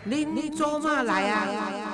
恁做嘛来啊？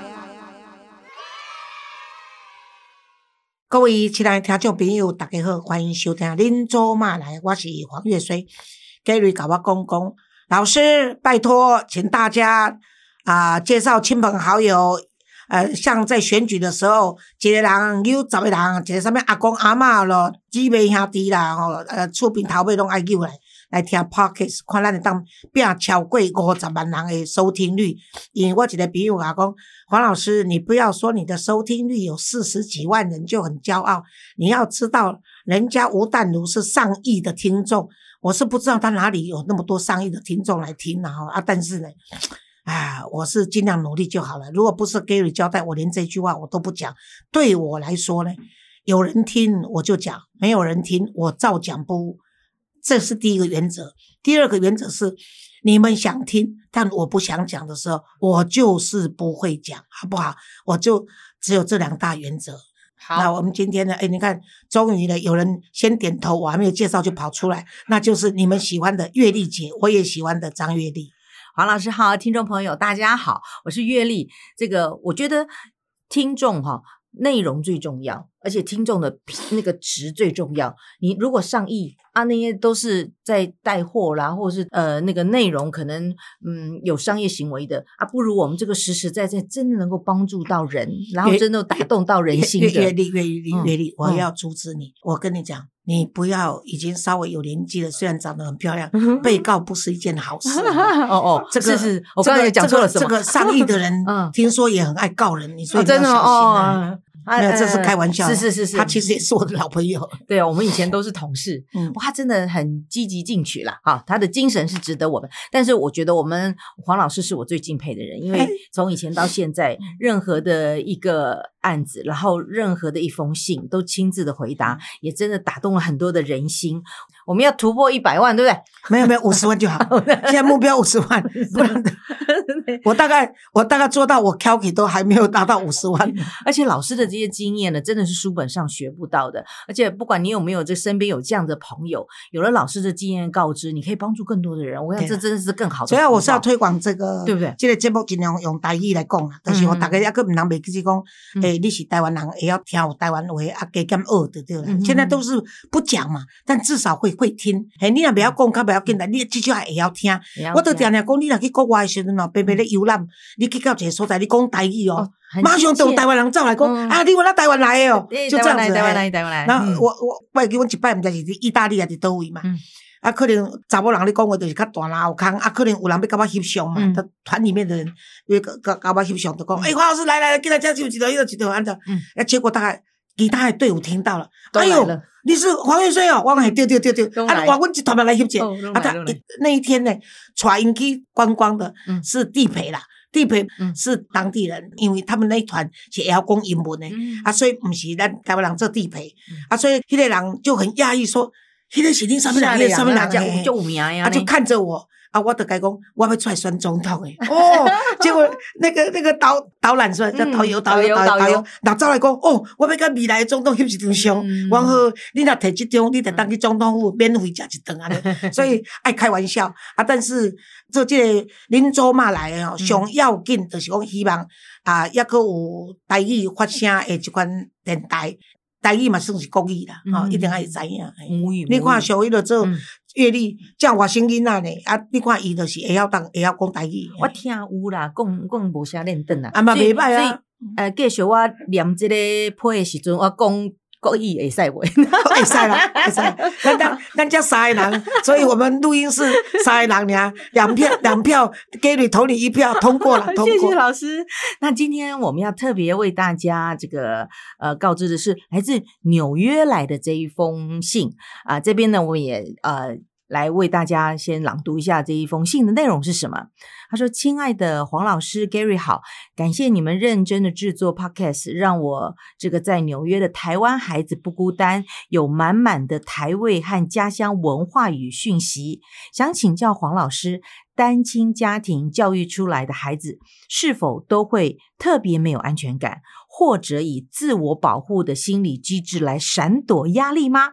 各位亲爱的听众朋友，大家好，欢迎收听恁做嘛来，我是黄月水。Gary 跟我讲，老师拜托，请大家介绍亲朋好友。像在选举的时候，一个人有10个人，一个什么阿公阿嬷咯，姊妹兄弟啦，厝边头尾拢爱叫来听 Podcast， 看咱会当拼超过50万人的收听率。因为我一个朋友讲，黄老师，你不要说你的收听率有40几万人就很骄傲，你要知道人家吴淡如是上亿的听众，我是不知道他哪里有那么多上亿的听众来听但是呢。我是尽量努力就好了。如果不是 Gary 交代，我连这句话我都不讲。对我来说呢，有人听我就讲，没有人听我照讲不误。这是第一个原则。第二个原则是，你们想听，但我不想讲的时候，我就是不会讲，好不好？我就只有这2大原则。好，那我们今天呢？你看，终于呢，有人先点头，我还没有介绍就跑出来，那就是你们喜欢的月丽姐，我也喜欢的张月丽。 黄老师好，听众朋友大家好，我是月丽。我觉得听众内容最重要，而且听众的那个值最重要。你如果上亿那些都是在带货啦，或者是那个内容可能有商业行为的不如我们这个实实在在真的能够帮助到人，然后真的打动到人心的。 月丽，我要阻止你。我跟你讲，你不要已经稍微有年纪了，虽然长得很漂亮，被告不是一件好事。这个是我刚才也讲错了什么？ 这个上亿的人听说也很爱告人，所以你要小心没有，这是开玩笑。 是， 他其实也是我的老朋友。 对，我们以前都是同事。他真的很积极进取啦，他的精神是值得我们。但是我觉得我们黄老师是我最敬佩的人，因为从以前到现在，任何的一个案子，然后任何的一封信都亲自的回答，也真的打动了很多的人心。我们要突破100万，对不对？ 没有50万就好。现在目标50万，不然我大概做到我 calculate 都还没有达到50万。 而且老师的这些经验呢，真的是书本上学不到的。而且不管你有没有身边有这样的朋友，有了老师的经验告知，你可以帮助更多的人。我想这真的是更好的。 所以我是要推广这个，对不对？这个节目尽量用台语来讲啦，但是我大家还个不能袂记讲，你是台湾人，也要听有台湾话加减学的对了。现在都是不讲嘛，但至少会听。你若不要讲，较不要紧啦，你至少也要听。我都常常讲，你若去国外的时阵白白咧游览，你去到一个所在，你讲台语马上就有台湾人走来讲你我台湾来的就这样子。台湾来。然后我记我一摆不知是意大利还是倒位嘛。可能查某人咧讲话就是较大啦有空可能有人要跟我翕相嘛，团里面的人要跟我翕相，就讲黄老师来，进来这就一条按照。结果大概其他的队伍听到了，哎呦，你是黄月水我讲对，换阮一团来翕者。那一天呢，带因去观光的是地陪啦。地陪是当地人，因为他们那一团是会晓讲英文的所以不是咱台湾人做地陪所以那个人就很讶异说，那个是你什么人？什么人？ 就有名呀， 就看着我我就跟他讲，我要出来选总统结果那个导览说叫导游，然后走来讲我要跟未来的总统翕一张相，我好你若摕这张，你就当去总统府免费吃一顿所以爱开玩笑但是做这个恁祖妈来的上要紧就是讲希望还佫有台语发声的一款电台。台语嘛算是国语啦一定要会知影。你看像迄个做月丽叫外省囡仔呢你看伊就是会晓讲台语。 我听有啦，讲无啥认真啦嘛袂歹所以继续我念这个批的时阵，我讲国语会使袂？ 会使啦。咱这3个人，所以我们录音室3个人尔，2票给你投你1票，通过了。 谢谢老师。那今天我们要特别为大家告知的是来自纽约来的这一封信这边呢我也来为大家先朗读一下这一封信的内容是什么。他说，亲爱的黄老师 Gary 好，感谢你们认真的制作 podcast， 让我在纽约的台湾孩子不孤单，有满满的台味和家乡文化与讯息。想请教黄老师，单亲家庭教育出来的孩子是否都会特别没有安全感，或者以自我保护的心理机制来闪躲压力吗？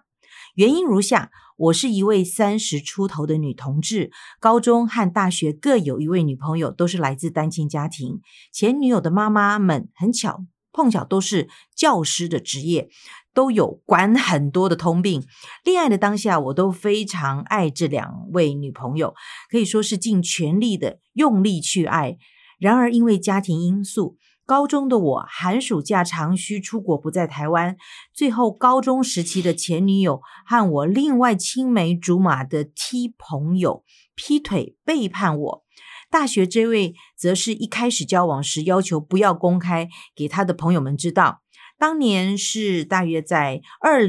原因如下，我是一位30出头的女同志，高中和大学各有一位女朋友，都是来自单亲家庭。前女友的妈妈们很巧碰巧都是教师的职业，都有管很多的通病。恋爱的当下，我都非常爱这2位女朋友，可以说是尽全力的用力去爱。然而因为家庭因素，高中的我寒暑假常需出国，不在台湾。最后高中时期的前女友和我另外青梅竹马的 T 朋友劈腿背叛我。大学这位则是一开始交往时要求不要公开给他的朋友们知道。当年是大约在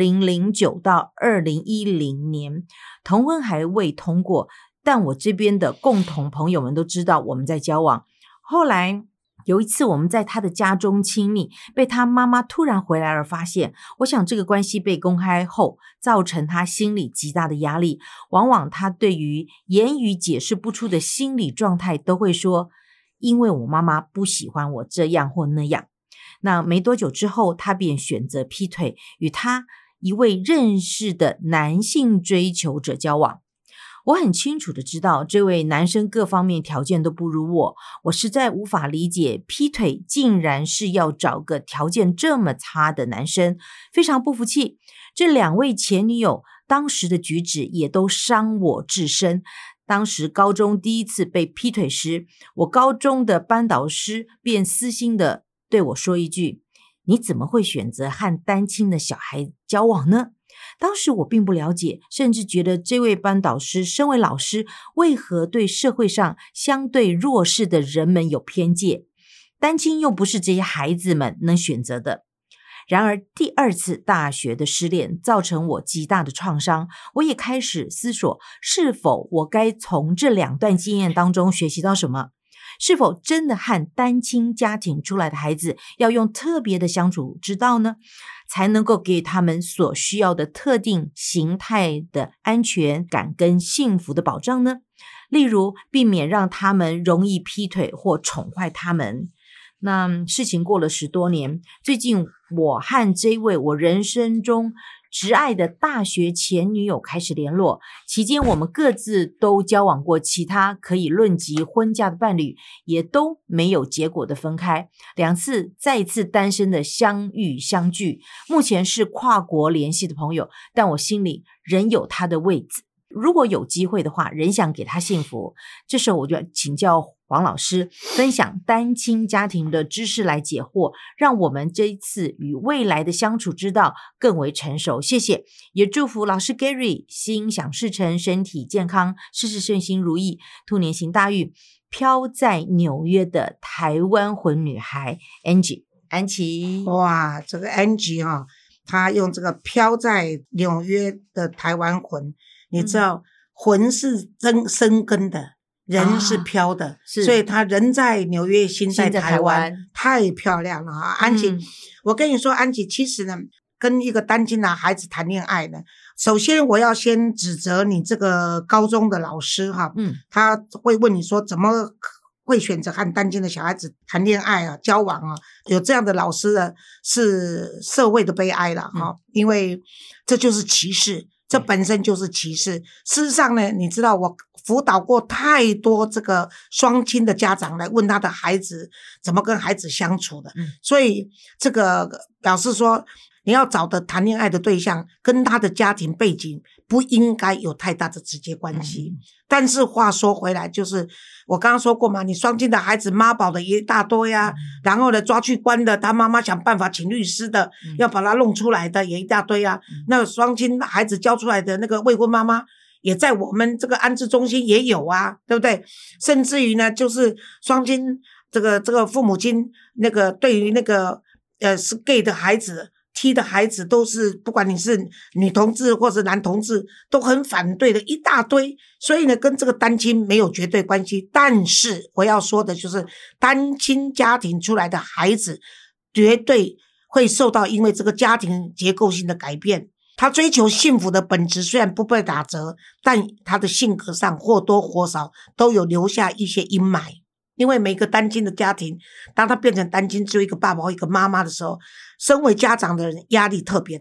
2009到2010年，同婚还未通过，但我这边的共同朋友们都知道我们在交往。后来有一次我们在他的家中亲密，被他妈妈突然回来而发现。我想这个关系被公开后，造成他心里极大的压力，往往他对于言语解释不出的心理状态都会说，因为我妈妈不喜欢我这样或那样。那没多久之后，他便选择劈腿，与他一位认识的男性追求者交往。我很清楚的知道这位男生各方面条件都不如我，我实在无法理解劈腿竟然是要找个条件这么差的男生，非常不服气。这2位前女友当时的举止也都伤我至深。当时高中第一次被劈腿时，我高中的班导师便私心的对我说一句，你怎么会选择和单亲的小孩交往呢？当时我并不了解，甚至觉得这位班导师身为老师，为何对社会上相对弱势的人们有偏见？单亲又不是这些孩子们能选择的。然而第2次大学的失恋造成我极大的创伤，我也开始思索，是否我该从这2段经验当中学习到什么？是否真的和单亲家庭出来的孩子要用特别的相处之道呢？才能够给他们所需要的特定形态的安全感跟幸福的保障呢？例如避免让他们容易劈腿或宠坏他们。那事情过了10多年，最近我和这位我人生中挚爱的大学前女友开始联络，期间我们各自都交往过其他可以论及婚嫁的伴侣，也都没有结果的分开，2次再次单身的相遇相聚，目前是跨国联系的朋友，但我心里仍有他的位置。如果有机会的话，仍想给他幸福。这时候我就请教黄老师分享单亲家庭的知识来解惑，让我们这一次与未来的相处之道更为成熟。谢谢，也祝福老师 Gary 心想事成，身体健康，事事顺心如意，兔年行大运。飘在纽约的台湾魂女孩 Angie 安琪。 哇，这个 Angie 她用这个飘在纽约的台湾魂，你知道魂是生根的，人是飘的，所以他人在纽约，心在台湾，太漂亮了啊！安琪，我跟你说，安琪其实呢，跟一个单亲的孩子谈恋爱呢，首先我要先指责你这个高中的老师哈，他会问你说怎么会选择和单亲的小孩子谈恋爱啊、交往啊？有这样的老师呢，是社会的悲哀了哈，因为这就是歧视。这本身就是歧视。事实上呢，你知道我辅导过太多这个双亲的家长来问他的孩子怎么跟孩子相处的，所以这个表示说，你要找的谈恋爱的对象跟他的家庭背景不应该有太大的直接关系。但是话说回来，就是我刚刚说过嘛，你双亲的孩子妈宝的一大堆啊，然后呢抓去关的，他妈妈想办法请律师的，要把他弄出来的也一大堆啊。那双亲孩子教出来的那个未婚妈妈也在我们这个安置中心也有啊，对不对？甚至于呢，就是双亲这个父母亲那个对于那个是 gay 的孩子T 的孩子，都是不管你是女同志或是男同志都很反对的一大堆。所以呢，跟这个单亲没有绝对关系。但是我要说的就是单亲家庭出来的孩子绝对会受到因为这个家庭结构性的改变，他追求幸福的本质虽然不被打折，但他的性格上或多或少都有留下一些阴霾。因为每个单亲的家庭，当他变成单亲只有一个爸爸或一个妈妈的时候，身为家长的人压力特别大。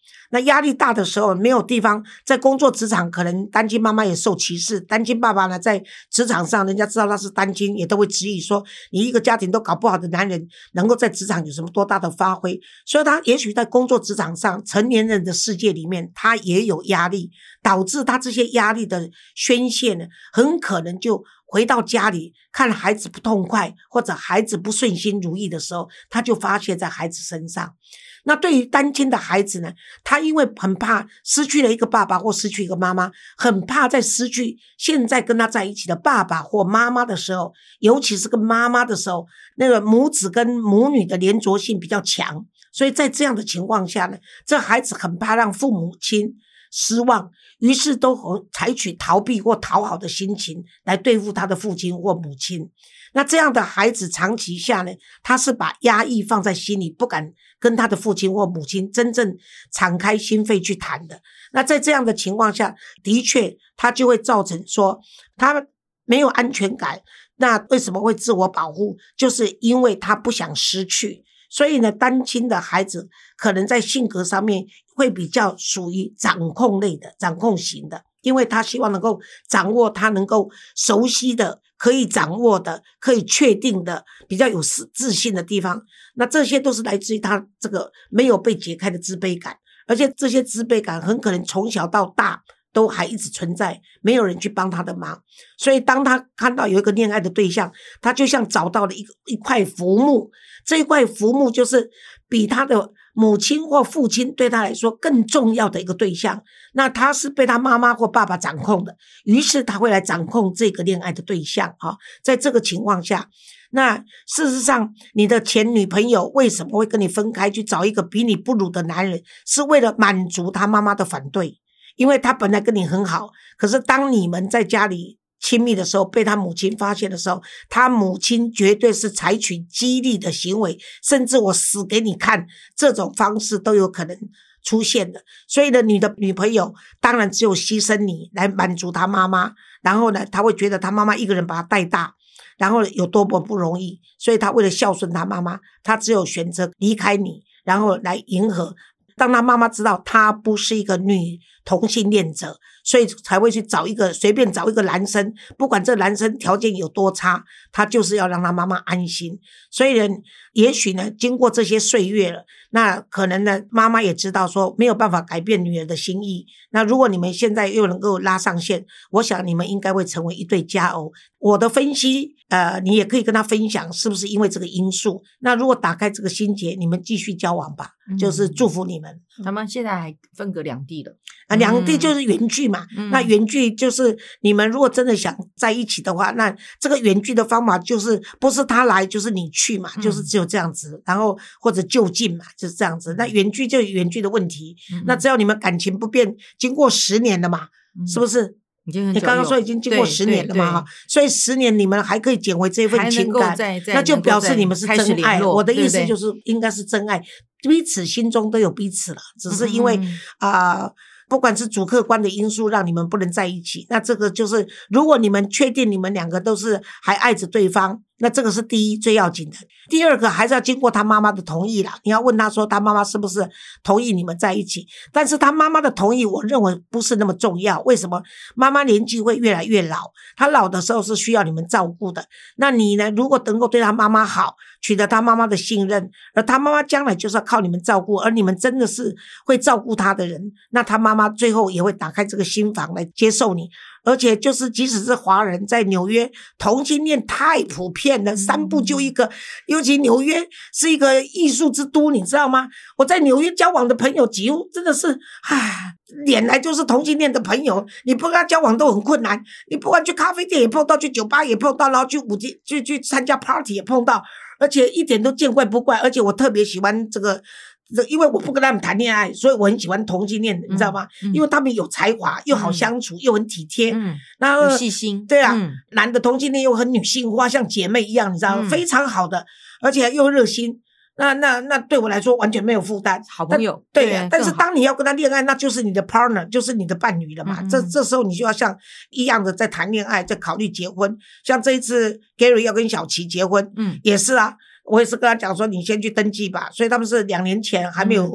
那压力大的时候，没有地方，在工作职场可能单亲妈妈也受歧视，单亲爸爸呢在职场上人家知道他是单亲，也都会质疑说，你一个家庭都搞不好的男人能够在职场有什么多大的发挥。所以他也许在工作职场上，成年人的世界里面他也有压力，导致他这些压力的宣泄呢，很可能就回到家里看孩子不痛快，或者孩子不顺心如意的时候，他就发泄在孩子身上。那对于单亲的孩子呢，他因为很怕失去了一个爸爸或失去一个妈妈，很怕在失去现在跟他在一起的爸爸或妈妈的时候，尤其是跟妈妈的时候，那个母子跟母女的连着性比较强，所以在这样的情况下呢，这孩子很怕让父母亲失望，于是都采取逃避或讨好的心情来对付他的父亲或母亲。那这样的孩子长期下呢，他是把压抑放在心里，不敢跟他的父亲或母亲真正敞开心扉去谈的。那在这样的情况下，的确他就会造成说他没有安全感。那为什么会自我保护？就是因为他不想失去。所以呢，单亲的孩子可能在性格上面会比较属于掌控类的，掌控型的，因为他希望能够掌握他能够熟悉的，可以掌握的，可以确定的，比较有自信的地方。那这些都是来自于他这个没有被解开的自卑感，而且这些自卑感很可能从小到大都还一直存在，没有人去帮他的忙。所以当他看到有一个恋爱的对象，他就像找到了一块浮木，这一块浮木就是比他的母亲或父亲对他来说更重要的一个对象，那他是被他妈妈或爸爸掌控的，于是他会来掌控这个恋爱的对象。在这个情况下，那事实上你的前女朋友为什么会跟你分开，去找一个比你不如的男人，是为了满足他妈妈的反对。因为他本来跟你很好，可是当你们在家里亲密的时候，被他母亲发现的时候，他母亲绝对是采取激励的行为，甚至我死给你看，这种方式都有可能出现的。所以呢，你的女朋友当然只有牺牲你来满足他妈妈，然后呢，他会觉得他妈妈一个人把他带大，然后有多么不容易，所以他为了孝顺他妈妈，他只有选择离开你，然后来迎合。当他妈妈知道他不是一个女同性恋者，所以才会去随便找一个男生，不管这男生条件有多差，他就是要让他妈妈安心。所以呢，也许呢，经过这些岁月了，那可能呢，妈妈也知道说没有办法改变女儿的心意。那如果你们现在又能够拉上线，我想你们应该会成为一对佳偶。我的分析你也可以跟他分享是不是因为这个因素。那如果打开这个心结，你们继续交往吧，就是祝福你们。 他们现在还分隔两地了两地就是远距嘛。那远距就是你们如果真的想在一起的话，那这个远距的方法就是不是他来就是你去嘛，就是只有这样子，然后或者就近嘛，就是这样子。那远距就有远距的问题，那只要你们感情不变，经过10年了嘛，是不是？你刚刚说已经经过10年了嘛，所以10年你们还可以捡回这份情感，那就表示你们是真爱。我的意思就是应该是真爱，彼此心中都有彼此了，只是因为不管是主客观的因素让你们不能在一起，那这个就是如果你们确定你们两个都是还爱着对方，那这个是第一最要紧的。第二个还是要经过他妈妈的同意啦，你要问他说他妈妈是不是同意你们在一起，但是他妈妈的同意我认为不是那么重要。为什么？妈妈年纪会越来越老，他老的时候是需要你们照顾的，那你呢，如果能够对他妈妈好，取得他妈妈的信任，而他妈妈将来就是要靠你们照顾，而你们真的是会照顾他的人，那他妈妈最后也会打开这个心房来接受你。而且就是即使是华人，在纽约同性恋太普遍了，3步就一个，尤其纽约是一个艺术之都，你知道吗？我在纽约交往的朋友几乎真的是脸来就是同性恋的朋友，你不跟他交往都很困难，你不管去咖啡店也碰到，去酒吧也碰到，然后去参加 party 也碰到，而且一点都见怪不怪。而且我特别喜欢这个，因为我不跟他们谈恋爱，所以我很喜欢同性恋的，你知道吗？因为他们有才华，又好相处，又很体贴，然后细心， 对啊，男的同性恋又很女性化，像姐妹一样，你知道吗？非常好的，而且又热心。那对我来说完全没有负担， 好朋友。 对啊，但是当你要跟他恋爱，那就是你的 partner， 就是你的伴侣了嘛。这时候你就要像一样的在谈恋爱，在考虑结婚。像这一次 Gary 要跟小琪结婚，也是啊，我也是跟他讲说你先去登记吧。所以他们是2年前还没有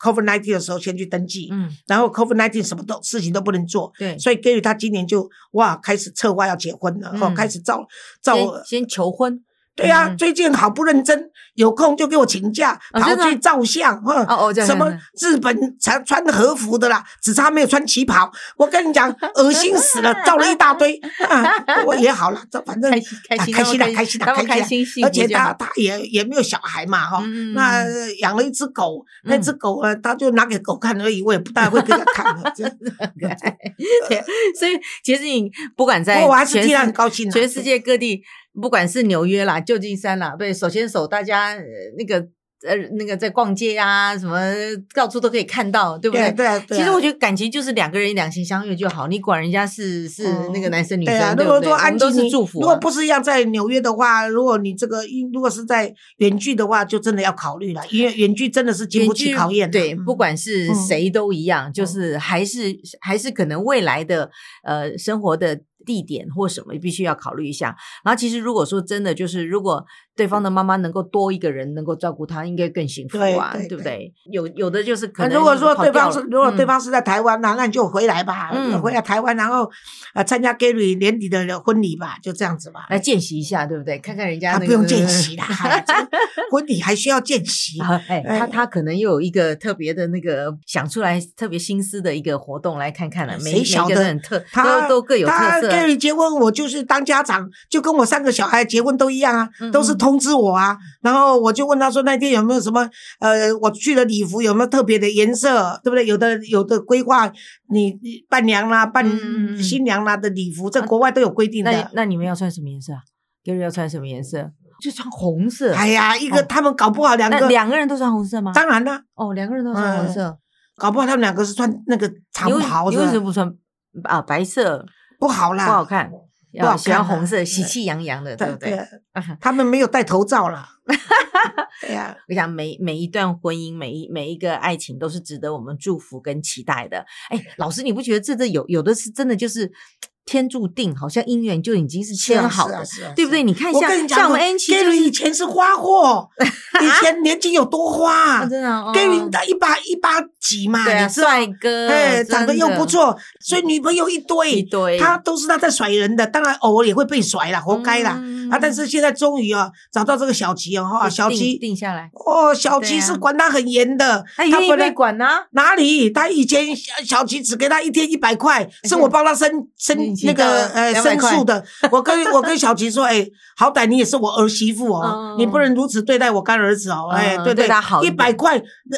COVID-19 的时候先去登记，然后 COVID-19 什么事情都不能做， 对， 所以 Gary 他今年就开始策划要结婚了，开始照先求婚。 对啊，最近好不认真，有空就给我请假，跑去照相，什么日本穿和服的啦，只差没有穿旗袍。我跟你讲，恶心死了，照了一大堆，我也好了，反正开心啦，而且他也没有小孩嘛，那养了一只狗，那只狗呢，他就拿给狗看而已，我也不大会给他看的，真的很可爱。 所以其实你不管在我还是替他很高兴， 全世界各地。不管是纽约啦、旧金山啦，对，手牵手，大家那个在逛街啊，什么到处都可以看到，对不对？ 对。 其实我觉得感情就是两个人两情相悦就好，你管人家是那个男生女生，对不对？ 我们都是祝福。 如果不是要在纽约的话，如果你如果是在远距的话，就真的要考虑了，因为远距真的是经不起考验。 对，不管是谁都一样，就是还是可能未来的生活的地点或什么必须要考虑一下。然后其实如果说真的就是如果对方的妈妈能够多一个人能够照顾他，应该更幸福啊，对不对？有的就是可能如果说对方是在台湾那你就回来吧，回来台湾，然后参加 Gary 年底的婚礼吧，就这样子吧， 来见习一下，对不对？看看人家他不用见习啦，婚礼还需要见习。 他可能又有一个特别的那个想出来特别心思的一个活动来看看了， 谁晓得都各有特色。 Gary 结婚，我就是当家长，就跟我3个小孩结婚都一样啊，都是通知我啊。然后我就问他说，那天有没有什么我去的礼服有没有特别的颜色，对不对？有的规划，你伴娘啦、伴新娘啦的礼服，在国外都有规定的。 那你们要穿什么颜色？Gary 要穿什么颜色？就穿红色。 哎呀，他们搞不好两个人都穿红色吗？ 当然啦。 2个人都穿红色， 搞不好他们2个是穿那个长袍。 你为什么不穿白色？ 不好啦， 不好看，喜欢红色，喜气洋洋的，对不对？ 他们没有戴头罩啦。对呀， 我想每一段婚姻，每一个爱情都是值得我们祝福跟期待的。老师，你不觉得这有的是真的就是天注定，好像姻缘就已经是签好的，对不对？你看像我们 N7 以前是花货，以前年轻有多花， 真的 Gary 的180几嘛， 对啊，帅哥， 长得又不错，所以女朋友一堆，他都是他在甩人的，当然偶尔也会被甩啦，活该啦。但是现在终于找到这个小琪小琪定下来小琪是管他很严的， 他愿意被管啊？ 哪里？他以前小琪只给他1天100块，是我帮他生那个申诉的。我跟小琪说，好歹你也是我儿媳妇你不能如此对待我干儿子对对，100块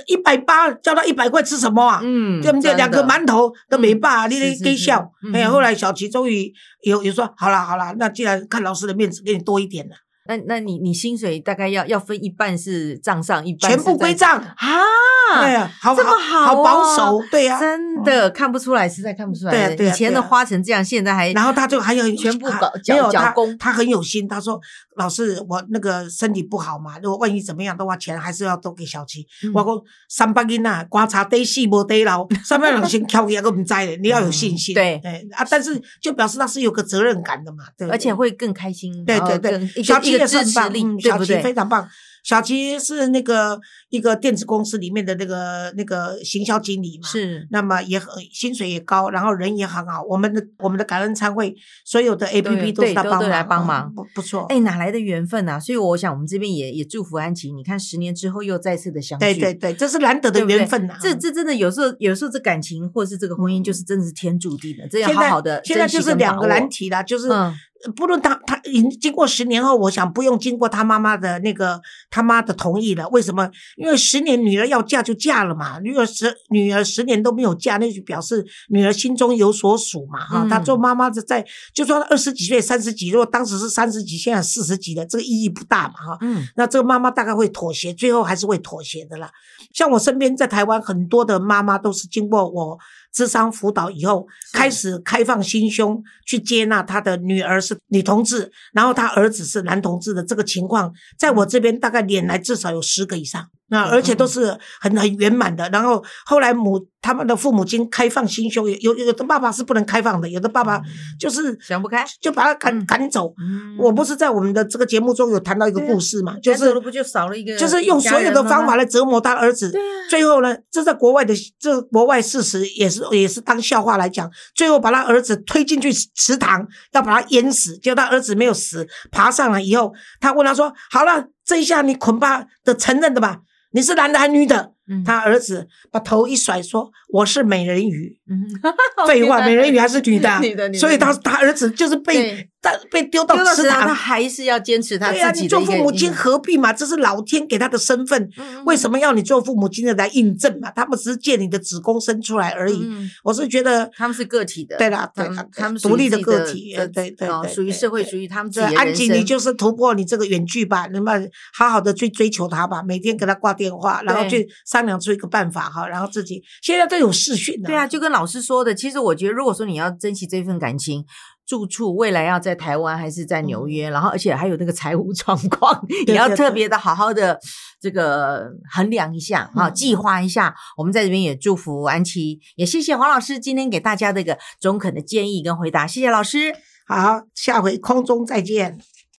180叫他100块吃什么啊？对不对？2个馒头都没办，你给笑。后来小琪终于有说好啦，那既然看老师的面子，给你多一点了。 那你薪水大概要分一半是账上，一半全部归账啊？ 对啊， 这么好保守，对呀， 真的看不出来，实在看不出来。 对， 以前的花成这样，现在还然后他就还有全部缴工， 他很有心。他说：“老师，我那个身体不好嘛，如果万一怎么样的话，钱还是要都给小琪。”我讲300斤啊，观察第4无第老，300人先挑起来都不知的，你要有信心。 对， 但是就表示他是有个责任感的嘛，对， 而且会更开心。 对，小琪也是很棒， 小琪非常棒。小琪是那个一个电子公司里面的那个行销经理嘛， 是， 那么也很薪水也高，然后人也很好。我们的感恩餐会所有的 APP 都是他帮忙，不错。 哪来的缘分啊？所以我想我们这边也祝福安琪，你看10年之后又再次的相聚， 对，这是难得的缘分啊。 这真的有时候这感情或者是这个婚姻就是真的是天注定的，这样好好的。 现在就是2个难题啦，就是不论他已经经过10年后，我想不用经过他妈妈的他妈的同意了。为什么？因为10年女儿要嫁就嫁了嘛。女儿10年都没有嫁，那就表示女儿心中有所属嘛。她做妈妈就说20几岁、30几，如果当时是30几，现在40几的，这个意义不大嘛。那这个妈妈大概会妥协，最后还是会妥协的啦。像我身边在台湾很多的妈妈都是经过我諮商輔導以後，開始開放心胸去接納他的女兒是女同志，然後他兒子是男同志的這個情況，在我這邊大概連來至少有10個以上。 那而且都是很圆满的。然后后来他们的父母亲开放心胸，有的爸爸是不能开放的，有的爸爸就是想不开， 就把他赶走。我不是在我们的这个节目中有谈到一个故事嘛，就是不就少了一个， 就是用所有的方法来折磨他儿子。 对啊， 最后呢，这在国外事实也是当笑话来讲。最后把他儿子推进去池塘，要把他淹死，结果他儿子没有死，爬上来以后，他问他说：“好了，这一下你恐怕的承认的吧？你是男的还是女的？”他儿子把头一甩说：“我是美人鱼。”废话，美人鱼还是女的啊， 女的， 所以他儿子就是被丢到池塘， 他还是要坚持他自己的。 对啊，你做父母亲何必嘛？这是老天给他的身份，为什么要你做父母亲的来印证嘛？他们只是借你的子宫生出来而已。我是觉得他们是个体的， 对啦， 他们独立的个体，对， 属于社会，属于他们自己的人生。 安吉，你就是突破你这个远距吧，那么好好的去追求他吧，每天给他挂电话，然后去商量出一个办法哈，然后自己现在都有视讯的。 对啊，就跟老师说的，其实我觉得，如果说你要珍惜这份感情，住处未来要在台湾还是在纽约，然后而且还有那个财务状况，也要特别的好好的这个衡量一下啊，计划一下。我们在这边也祝福安琪，也谢谢黄老师今天给大家这个中肯的建议跟回答，谢谢老师。 好，下回空中再见。